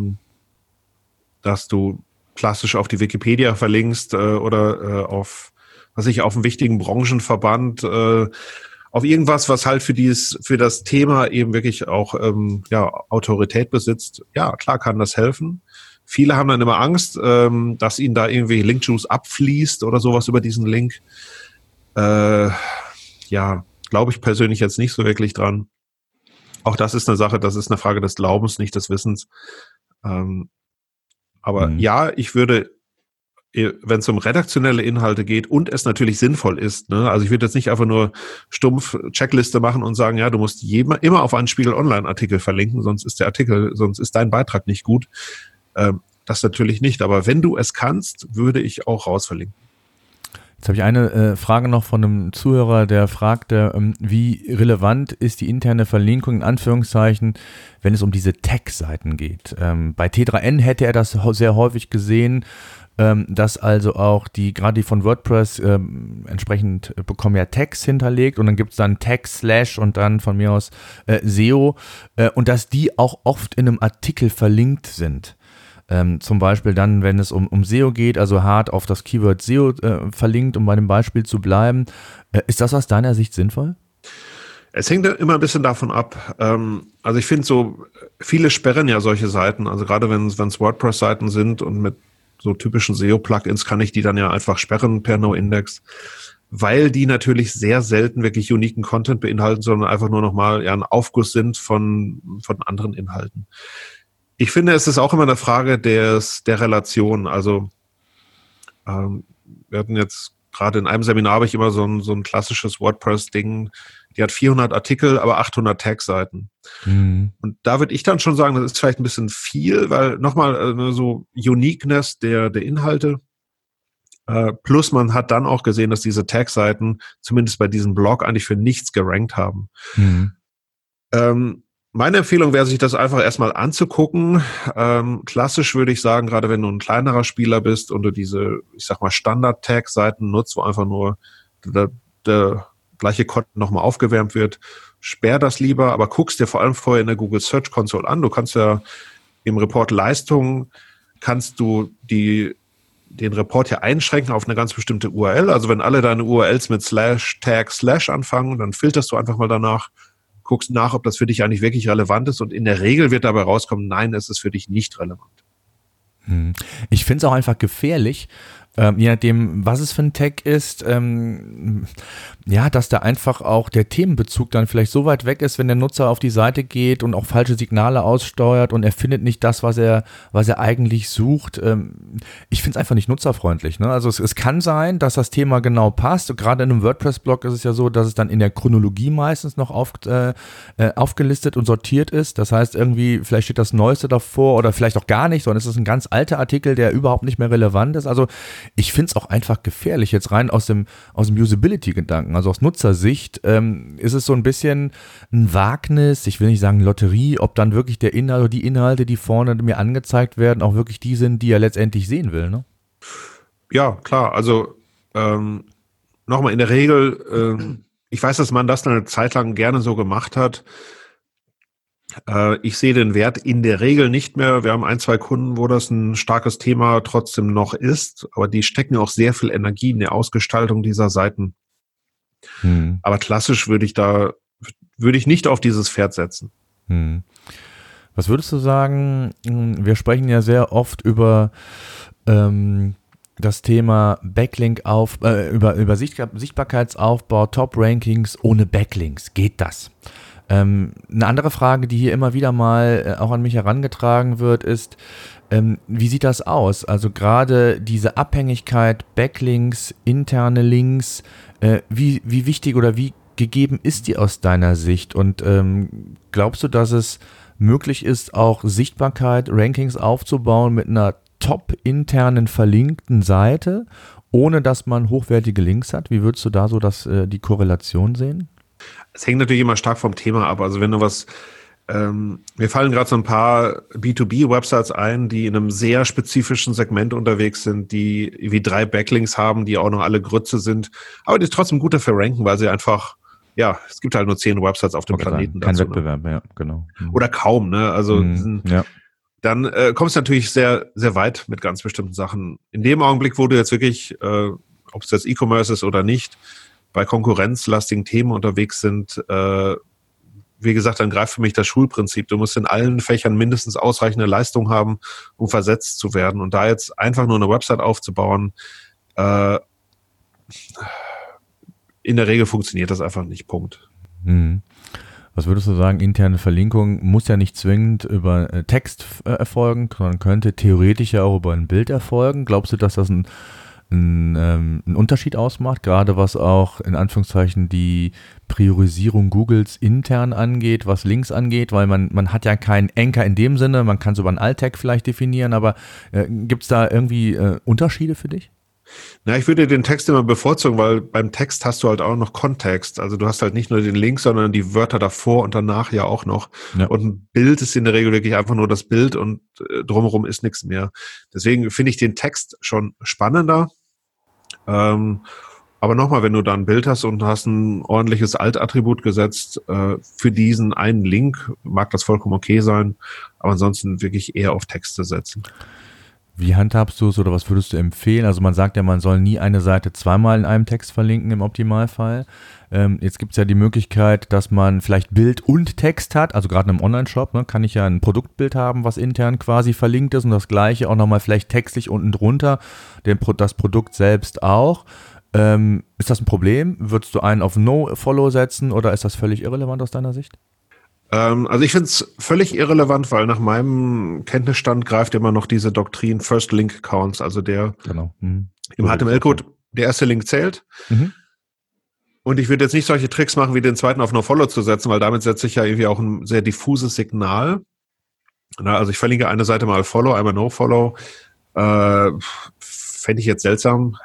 dass du klassisch auf die Wikipedia verlinkst oder auf einen wichtigen Branchenverband, auf irgendwas, was halt für das Thema eben wirklich auch Autorität besitzt. Ja, klar kann das helfen. Viele haben dann immer Angst, dass ihnen da irgendwie Link-Juice abfließt oder sowas über diesen Link. Glaube ich persönlich jetzt nicht so wirklich dran. Auch das ist eine Sache, das ist eine Frage des Glaubens, nicht des Wissens. Aber ja, ich würde, wenn es um redaktionelle Inhalte geht und es natürlich sinnvoll ist, ne, also ich würde jetzt nicht einfach nur stumpf Checkliste machen und sagen, ja, du musst immer auf einen Spiegel Online-Artikel verlinken, sonst ist dein Beitrag nicht gut. Das natürlich nicht, aber wenn du es kannst, würde ich auch rausverlinken. Jetzt habe ich eine Frage noch von einem Zuhörer, der fragte, wie relevant ist die interne Verlinkung in Anführungszeichen, wenn es um diese Tag-Seiten geht. Bei T3N hätte er das sehr häufig gesehen, dass also auch gerade die von WordPress entsprechend bekommen ja Tags hinterlegt und dann gibt es dann Tag / und dann von mir aus SEO und dass die auch oft in einem Artikel verlinkt sind. Zum Beispiel dann, wenn es um SEO geht, also hart auf das Keyword SEO verlinkt, um bei dem Beispiel zu bleiben. Ist das aus deiner Sicht sinnvoll? Es hängt immer ein bisschen davon ab. Also ich finde so, viele sperren ja solche Seiten, also gerade wenn es WordPress-Seiten sind und mit so typischen SEO-Plugins kann ich die dann ja einfach sperren per No-Index, weil die natürlich sehr selten wirklich uniken Content beinhalten, sondern einfach nur nochmal ein Aufguss sind von anderen Inhalten. Ich finde, es ist auch immer eine Frage der Relation. Also wir hatten jetzt gerade in einem Seminar habe ich immer so ein klassisches WordPress-Ding, die hat 400 Artikel, aber 800 Tag-Seiten. Mhm. Und da würde ich dann schon sagen, das ist vielleicht ein bisschen viel, weil nochmal so Uniqueness der Inhalte, plus man hat dann auch gesehen, dass diese Tag-Seiten zumindest bei diesem Blog eigentlich für nichts gerankt haben. Mhm. Meine Empfehlung wäre, sich das einfach erstmal anzugucken. Klassisch würde ich sagen, gerade wenn du ein kleinerer Spieler bist und du diese, ich sag mal, Standard-Tag-Seiten nutzt, wo einfach nur der gleiche Content nochmal aufgewärmt wird, sperr das lieber, aber guckst dir vor allem vorher in der Google Search Console an. Du kannst ja im Report Leistung, kannst du den Report hier einschränken auf eine ganz bestimmte URL. Also wenn alle deine URLs mit /tag/ anfangen, dann filterst du einfach mal danach, guckst nach, ob das für dich eigentlich wirklich relevant ist und in der Regel wird dabei rauskommen, nein, es ist für dich nicht relevant. Ich finde es auch einfach gefährlich, je nachdem, was es für ein Tag ist, dass da einfach auch der Themenbezug dann vielleicht so weit weg ist, wenn der Nutzer auf die Seite geht und auch falsche Signale aussteuert und er findet nicht das, was er eigentlich sucht. Ich finde es einfach nicht nutzerfreundlich. Ne? Also es kann sein, dass das Thema genau passt. Und gerade in einem WordPress-Blog ist es ja so, dass es dann in der Chronologie meistens noch aufgelistet und sortiert ist. Das heißt irgendwie, vielleicht steht das Neueste davor oder vielleicht auch gar nicht, sondern es ist ein ganz alter Artikel, der überhaupt nicht mehr relevant ist. Also ich finde es auch einfach gefährlich, jetzt rein aus dem Usability-Gedanken, also aus Nutzersicht, ist es so ein bisschen ein Wagnis, ich will nicht sagen Lotterie, ob dann wirklich der Inhalt oder die Inhalte, die vorne mir angezeigt werden, auch wirklich die sind, die er letztendlich sehen will, ne? Ja, klar, also nochmal in der Regel, ich weiß, dass man das eine Zeit lang gerne so gemacht hat. Ich sehe den Wert in der Regel nicht mehr. Wir haben 1, 2 Kunden, wo das ein starkes Thema trotzdem noch ist, aber die stecken auch sehr viel Energie in der Ausgestaltung dieser Seiten. Aber klassisch würde ich nicht auf dieses Pferd setzen. Was würdest du sagen? Wir sprechen ja sehr oft über das Thema Backlink über Sichtbarkeitsaufbau, Top-Rankings ohne Backlinks. Geht das? Eine andere Frage, die hier immer wieder mal auch an mich herangetragen wird, ist, wie sieht das aus? Also gerade diese Abhängigkeit, Backlinks, interne Links, wie wichtig oder wie gegeben ist die aus deiner Sicht? Und glaubst du, dass es möglich ist, auch Sichtbarkeit, Rankings aufzubauen mit einer top-internen verlinkten Seite, ohne dass man hochwertige Links hat? Wie würdest du da so die Korrelation sehen? Es hängt natürlich immer stark vom Thema ab. Also wenn du mir fallen gerade so ein paar B2B-Websites ein, die in einem sehr spezifischen Segment unterwegs sind, die wie 3 Backlinks haben, die auch noch alle Grütze sind, aber die trotzdem gut dafür ranken, weil sie einfach, es gibt halt nur 10 Websites auf dem Planeten. Kein Wettbewerb, ja, genau. Oder kaum, ne? Also dann kommst du natürlich sehr, sehr weit mit ganz bestimmten Sachen. In dem Augenblick, wo du jetzt wirklich, ob es jetzt E-Commerce ist oder nicht, bei konkurrenzlastigen Themen unterwegs sind, wie gesagt, dann greift für mich das Schulprinzip. Du musst in allen Fächern mindestens ausreichende Leistung haben, um versetzt zu werden. Und da jetzt einfach nur eine Website aufzubauen, in der Regel funktioniert das einfach nicht. Punkt. Was würdest du sagen, interne Verlinkung muss ja nicht zwingend über Text erfolgen, sondern könnte theoretisch ja auch über ein Bild erfolgen. Glaubst du, dass das einen Unterschied ausmacht, gerade was auch in Anführungszeichen die Priorisierung Googles intern angeht, was Links angeht, weil man hat ja keinen Anchor in dem Sinne, man kann es über einen Alt-Tag vielleicht definieren, aber gibt es da irgendwie Unterschiede für dich? Na, ich würde den Text immer bevorzugen, weil beim Text hast du halt auch noch Kontext. Also du hast halt nicht nur den Link, sondern die Wörter davor und danach ja auch noch. Ja. Und ein Bild ist in der Regel wirklich einfach nur das Bild und drumherum ist nichts mehr. Deswegen finde ich den Text schon spannender. Aber nochmal, wenn du da ein Bild hast und hast ein ordentliches Alt-Attribut gesetzt, für diesen einen Link mag das vollkommen okay sein, aber ansonsten wirklich eher auf Texte setzen. Wie handhabst du es oder was würdest du empfehlen? Also man sagt ja, man soll nie eine Seite zweimal in einem Text verlinken im Optimalfall. Jetzt gibt es ja die Möglichkeit, dass man vielleicht Bild und Text hat. Also gerade in einem Online-Shop, ne, kann ich ja ein Produktbild haben, was intern quasi verlinkt ist und das gleiche auch nochmal vielleicht textlich unten drunter, das Produkt selbst auch. Ist das ein Problem? Würdest du einen auf No-Follow setzen oder ist das völlig irrelevant aus deiner Sicht? Also ich finde es völlig irrelevant, weil nach meinem Kenntnisstand greift immer noch diese Doktrin First Link Counts, also der im HTML-Code der erste Link zählt. Mhm. Und ich würde jetzt nicht solche Tricks machen, wie den zweiten auf No-Follow zu setzen, weil damit setze ich ja irgendwie auch ein sehr diffuses Signal. Also ich verlinke eine Seite mal Follow, einmal No-Follow. Fände ich jetzt seltsam.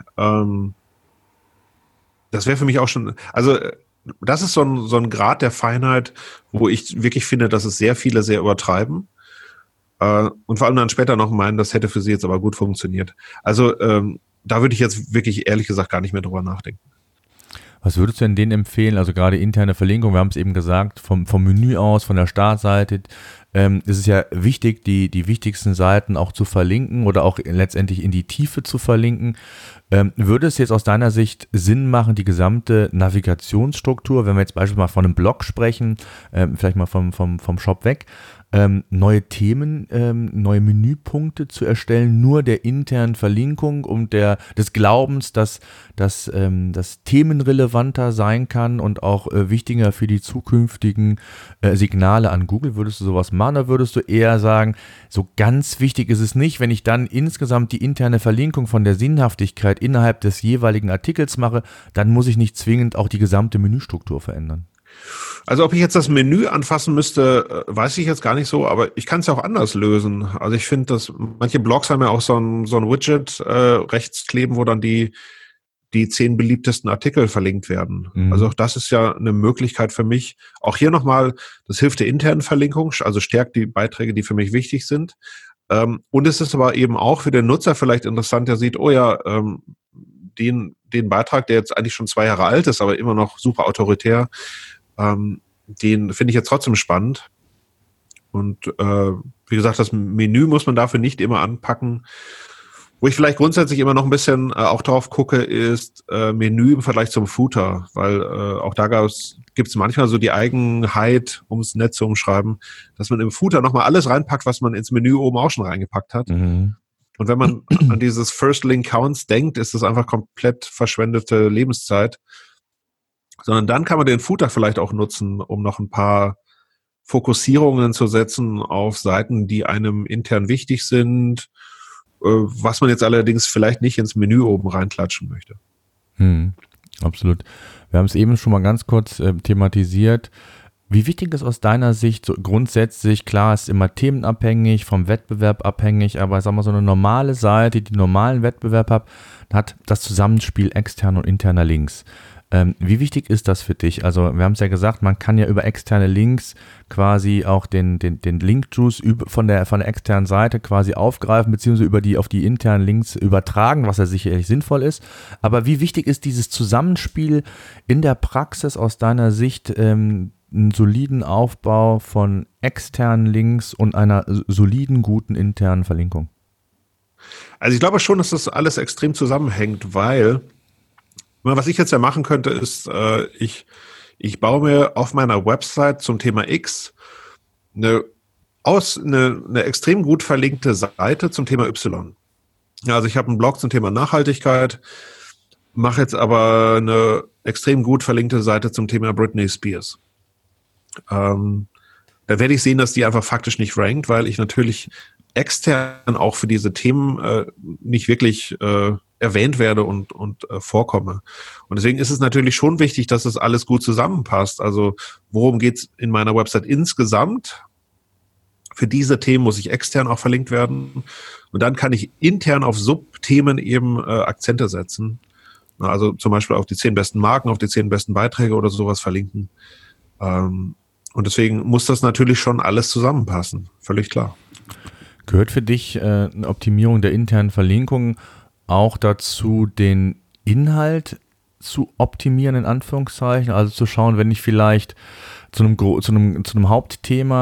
Das wäre für mich auch schon, also das ist so ein Grad der Feinheit, wo ich wirklich finde, dass es sehr viele sehr übertreiben. Und vor allem dann später noch meinen, das hätte für sie jetzt aber gut funktioniert. Also da würde ich jetzt wirklich ehrlich gesagt gar nicht mehr drüber nachdenken. Was würdest du denn denen empfehlen? Also gerade interne Verlinkung, wir haben es eben gesagt, vom Menü aus, von der Startseite, ist es ja wichtig, die wichtigsten Seiten auch zu verlinken oder auch letztendlich in die Tiefe zu verlinken. Würde es jetzt aus deiner Sicht Sinn machen, die gesamte Navigationsstruktur, wenn wir jetzt beispielsweise mal von einem Blog sprechen, vielleicht mal vom Shop weg, neue Themen, neue Menüpunkte zu erstellen, nur der internen Verlinkung und des Glaubens, dass das themenrelevanter sein kann und auch wichtiger für die zukünftigen Signale an Google? Würdest du sowas machen oder würdest du eher sagen, so ganz wichtig ist es nicht, wenn ich dann insgesamt die interne Verlinkung von der Sinnhaftigkeit innerhalb des jeweiligen Artikels mache, dann muss ich nicht zwingend auch die gesamte Menüstruktur verändern? Also ob ich jetzt das Menü anfassen müsste, weiß ich jetzt gar nicht so, aber ich kann es ja auch anders lösen. Also ich finde, dass manche Blogs haben ja auch so ein Widget rechts kleben, wo dann die 10 beliebtesten Artikel verlinkt werden. Mhm. Also auch das ist ja eine Möglichkeit für mich. Auch hier nochmal, das hilft der internen Verlinkung, also stärkt die Beiträge, die für mich wichtig sind. Und es ist aber eben auch für den Nutzer vielleicht interessant, der sieht, oh ja, den Beitrag, der jetzt eigentlich schon 2 Jahre alt ist, aber immer noch super autoritär, den finde ich jetzt trotzdem spannend. Und wie gesagt, das Menü muss man dafür nicht immer anpacken. Wo ich vielleicht grundsätzlich immer noch ein bisschen auch drauf gucke, ist Menü im Vergleich zum Footer, weil auch da gibt es manchmal so die Eigenheit, um es nett zu umschreiben, dass man im Footer nochmal alles reinpackt, was man ins Menü oben auch schon reingepackt hat. Mhm. Und wenn man an dieses First Link Counts denkt, ist das einfach komplett verschwendete Lebenszeit. Sondern dann kann man den Footer vielleicht auch nutzen, um noch ein paar Fokussierungen zu setzen auf Seiten, die einem intern wichtig sind, was man jetzt allerdings vielleicht nicht ins Menü oben reinklatschen möchte. Absolut. Wir haben es eben schon mal ganz kurz thematisiert. Wie wichtig ist aus deiner Sicht so grundsätzlich, klar, ist immer themenabhängig, vom Wettbewerb abhängig, aber sagen wir so eine normale Seite, die normalen Wettbewerb hat das Zusammenspiel externer und interner Links. Wie wichtig ist das für dich? Also wir haben es ja gesagt, man kann ja über externe Links quasi auch den Link-Juice von der externen Seite quasi aufgreifen, beziehungsweise auf die internen Links übertragen, was ja sicherlich sinnvoll ist. Aber wie wichtig ist dieses Zusammenspiel in der Praxis aus deiner Sicht, einen soliden Aufbau von externen Links und einer soliden, guten internen Verlinkung? Also ich glaube schon, dass das alles extrem zusammenhängt, weil was ich jetzt ja machen könnte, ist, ich baue mir auf meiner Website zum Thema X eine extrem gut verlinkte Seite zum Thema Y. Ja, also ich habe einen Blog zum Thema Nachhaltigkeit, mache jetzt aber eine extrem gut verlinkte Seite zum Thema Britney Spears. Da werde ich sehen, dass die einfach faktisch nicht rankt, weil ich natürlich extern auch für diese Themen nicht wirklich erwähnt werde und vorkomme. Und deswegen ist es natürlich schon wichtig, dass das alles gut zusammenpasst. Also worum geht's in meiner Website insgesamt? Für diese Themen muss ich extern auch verlinkt werden. Und dann kann ich intern auf Subthemen eben Akzente setzen. Also zum Beispiel auf die 10 besten Marken, auf die 10 besten Beiträge oder sowas verlinken. Und deswegen muss das natürlich schon alles zusammenpassen. Völlig klar. Gehört für dich eine Optimierung der internen Verlinkung auch dazu, den Inhalt zu optimieren, in Anführungszeichen? Also zu schauen, wenn ich vielleicht zu einem Hauptthema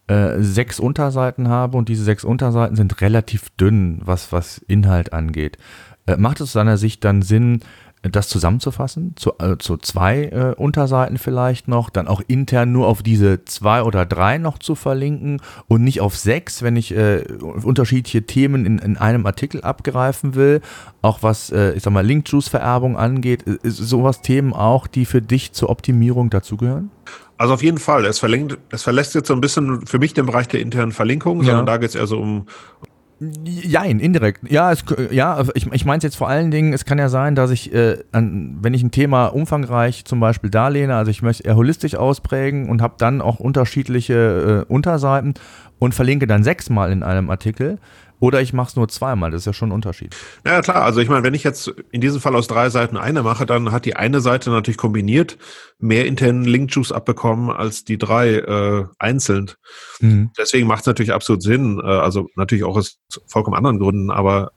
6 Unterseiten habe und diese 6 Unterseiten sind relativ dünn, was Inhalt angeht. Macht es aus deiner Sicht dann Sinn, das zusammenzufassen, zu 2 Unterseiten vielleicht noch, dann auch intern nur auf diese 2 oder 3 noch zu verlinken und nicht auf 6, wenn ich unterschiedliche Themen in einem Artikel abgreifen will, auch was, ich sag mal, Link-Juice-Vererbung angeht, ist sowas Themen auch, die für dich zur Optimierung dazugehören? Also auf jeden Fall, es verlässt jetzt so ein bisschen für mich den Bereich der internen Verlinkung, sondern da geht es eher so um... Jein, indirekt. Ja, ich meine es jetzt vor allen Dingen, es kann ja sein, dass ich, wenn ich ein Thema umfangreich zum Beispiel darlehne, also ich möchte eher holistisch ausprägen und habe dann auch unterschiedliche Unterseiten und verlinke dann 6-mal in einem Artikel. Oder ich mache es nur 2-mal, das ist ja schon ein Unterschied. Ja, klar, also ich meine, wenn ich jetzt in diesem Fall aus 3 Seiten eine mache, dann hat die eine Seite natürlich kombiniert mehr internen Link-Juice abbekommen als die 3 einzeln. Mhm. Deswegen macht es natürlich absolut Sinn, also natürlich auch aus vollkommen anderen Gründen, aber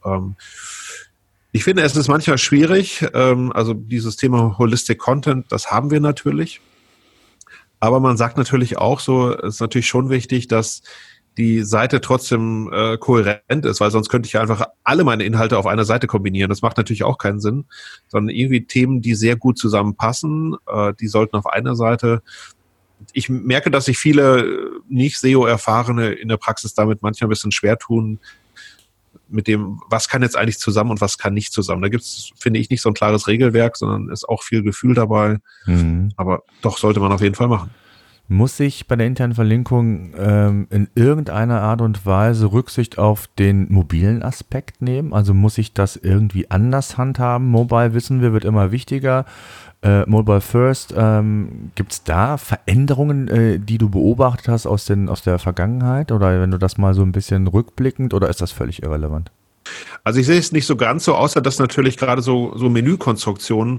ich finde, es ist manchmal schwierig, also dieses Thema Holistic Content, das haben wir natürlich, aber man sagt natürlich auch so, es ist natürlich schon wichtig, dass die Seite trotzdem kohärent ist, weil sonst könnte ich ja einfach alle meine Inhalte auf einer Seite kombinieren. Das macht natürlich auch keinen Sinn, sondern irgendwie Themen, die sehr gut zusammenpassen, die sollten auf einer Seite. Ich merke, dass sich viele nicht SEO-Erfahrene in der Praxis damit manchmal ein bisschen schwer tun, mit dem, was kann jetzt eigentlich zusammen und was kann nicht zusammen. Da gibt es, finde ich, nicht so ein klares Regelwerk, sondern ist auch viel Gefühl dabei. Mhm. Aber doch sollte man auf jeden Fall machen. Muss ich bei der internen Verlinkung in irgendeiner Art und Weise Rücksicht auf den mobilen Aspekt nehmen? Also muss ich das irgendwie anders handhaben? Mobile, wissen wir, wird immer wichtiger. Mobile First, gibt es da Veränderungen, die du beobachtet hast aus der Vergangenheit? Oder wenn du das mal so ein bisschen rückblickend, oder ist das völlig irrelevant? Also ich sehe es nicht so ganz so, außer dass natürlich gerade so Menükonstruktionen,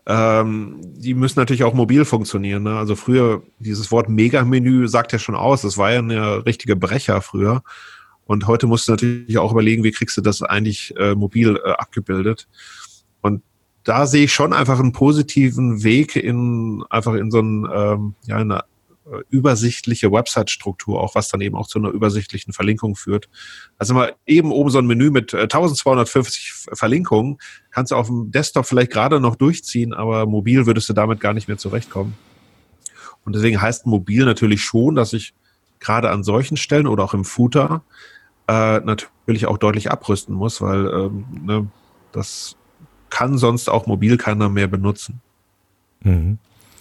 die müssen natürlich auch mobil funktionieren. Ne? Also früher, dieses Wort Mega-Menü sagt ja schon aus, das war ja eine richtige Brecher früher. Und heute musst du natürlich auch überlegen, wie kriegst du das eigentlich mobil abgebildet. Und da sehe ich schon einfach einen positiven Weg in so eine übersichtliche Website-Struktur, auch was dann eben auch zu einer übersichtlichen Verlinkung führt. Also mal eben oben so ein Menü mit 1250 Verlinkungen, kannst du auf dem Desktop vielleicht gerade noch durchziehen, aber mobil würdest du damit gar nicht mehr zurechtkommen. Und deswegen heißt mobil natürlich schon, dass ich gerade an solchen Stellen oder auch im Footer natürlich auch deutlich abrüsten muss, weil das kann sonst auch mobil keiner mehr benutzen. Mhm.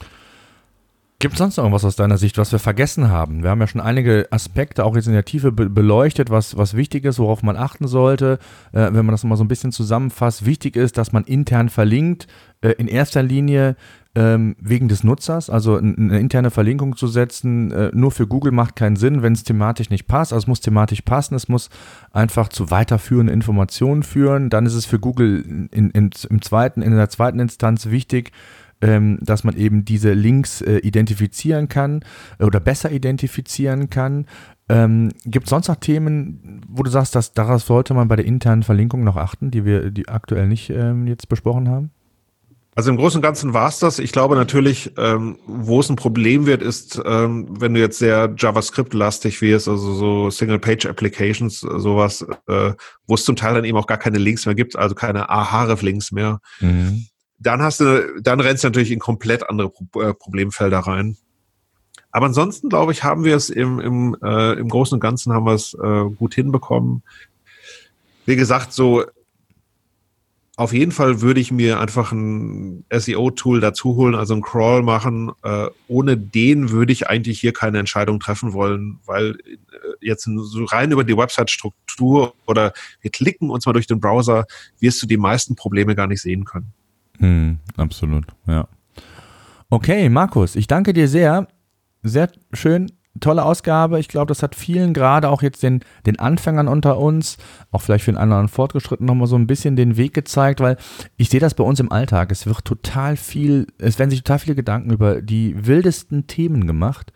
Gibt es sonst noch irgendwas aus deiner Sicht, was wir vergessen haben? Wir haben ja schon einige Aspekte auch jetzt in der Tiefe beleuchtet, was wichtig ist, worauf man achten sollte. Wenn man das mal so ein bisschen zusammenfasst, wichtig ist, dass man intern verlinkt, in erster Linie wegen des Nutzers, also eine interne Verlinkung zu setzen, nur für Google macht keinen Sinn, wenn es thematisch nicht passt. Also es muss thematisch passen, es muss einfach zu weiterführenden Informationen führen. Dann ist es für Google in der zweiten Instanz wichtig, dass man eben diese Links identifizieren kann oder besser identifizieren kann. Gibt es sonst noch Themen, wo du sagst, dass darauf sollte man bei der internen Verlinkung noch achten, die aktuell nicht jetzt besprochen haben? Also im Großen und Ganzen war es das. Ich glaube natürlich, wo es ein Problem wird, ist, wenn du jetzt sehr JavaScript-lastig wirst, also so Single-Page-Applications, sowas, wo es zum Teil dann eben auch gar keine Links mehr gibt, also keine Ahrefs-Links mehr. Mhm. Dann rennst du natürlich in komplett andere Problemfelder rein. Aber ansonsten, glaube ich, haben wir es im Großen und Ganzen haben wir es gut hinbekommen. Wie gesagt, so auf jeden Fall würde ich mir einfach ein SEO-Tool dazu holen, also einen Crawl machen. Ohne den würde ich eigentlich hier keine Entscheidung treffen wollen, weil jetzt so rein über die Website-Struktur oder wir klicken uns mal durch den Browser, wirst du die meisten Probleme gar nicht sehen können. Absolut, ja. Okay, Markus, ich danke dir sehr. Sehr schön, tolle Ausgabe. Ich glaube, das hat vielen, gerade auch jetzt den Anfängern unter uns, auch vielleicht für den einen oder anderen Fortgeschritten nochmal so ein bisschen den Weg gezeigt, weil ich sehe das bei uns im Alltag. Es werden sich total viele Gedanken über die wildesten Themen gemacht.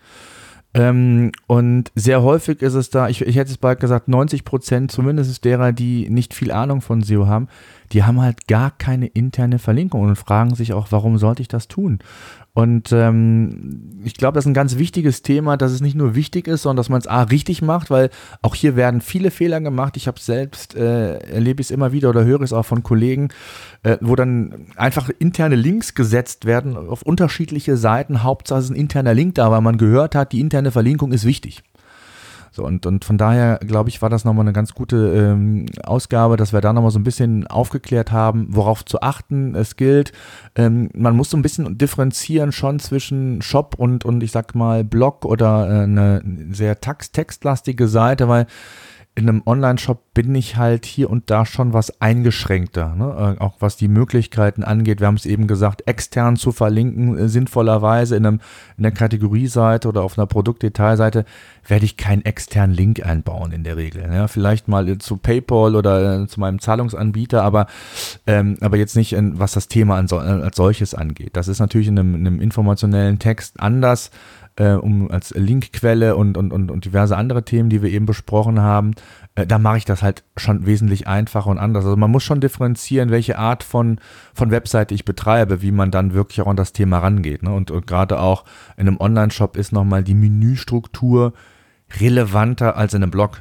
Und sehr häufig ist es da, ich hätte es bald gesagt, 90% zumindest derer, die nicht viel Ahnung von SEO haben, die haben halt gar keine interne Verlinkung und fragen sich auch, warum sollte ich das tun? Und ich glaube, das ist ein ganz wichtiges Thema, dass es nicht nur wichtig ist, sondern dass man es richtig macht, weil auch hier werden viele Fehler gemacht. Ich habe selbst, erlebe es immer wieder oder höre es auch von Kollegen, wo dann einfach interne Links gesetzt werden auf unterschiedliche Seiten. Hauptsache ist ein interner Link da, weil man gehört hat, die interne Verlinkung ist wichtig. So, und von daher, glaube ich, war das nochmal eine ganz gute Ausgabe, dass wir da nochmal so ein bisschen aufgeklärt haben, worauf zu achten es gilt. Man muss so ein bisschen differenzieren schon zwischen Shop und ich sag mal Blog oder eine sehr textlastige Seite, weil in einem Online-Shop bin ich halt hier und da schon was eingeschränkter, ne? Auch was die Möglichkeiten angeht. Wir haben es eben gesagt, extern zu verlinken, sinnvollerweise in der Kategorieseite oder auf einer Produktdetailseite werde ich keinen externen Link einbauen in der Regel. Ja? Vielleicht mal zu PayPal oder zu meinem Zahlungsanbieter, aber jetzt nicht, was das Thema als solches angeht. Das ist natürlich in einem informationellen Text anders, als Linkquelle und diverse andere Themen, die wir eben besprochen haben, da mache ich das halt schon wesentlich einfacher und anders. Also man muss schon differenzieren, welche Art von Webseite ich betreibe, wie man dann wirklich auch an das Thema rangeht. Ne? Und gerade auch in einem Online-Shop ist nochmal die Menüstruktur relevanter als in einem Blog.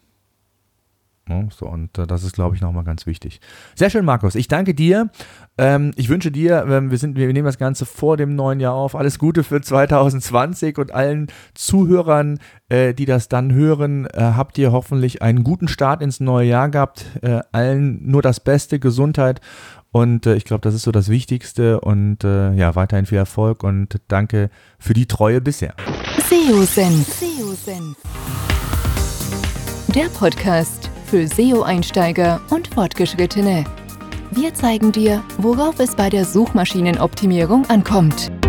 So, und das ist, glaube ich, nochmal ganz wichtig. Sehr schön, Markus. Ich danke dir. Ich wünsche dir, wir nehmen das Ganze vor dem neuen Jahr auf, alles Gute für 2020 und allen Zuhörern, die das dann hören, habt ihr hoffentlich einen guten Start ins neue Jahr gehabt. Allen nur das Beste, Gesundheit und ich glaube, das ist so das Wichtigste und weiterhin viel Erfolg und danke für die Treue bisher. SEO-Senf. Der Podcast für SEO-Einsteiger und Fortgeschrittene. Wir zeigen dir, worauf es bei der Suchmaschinenoptimierung ankommt.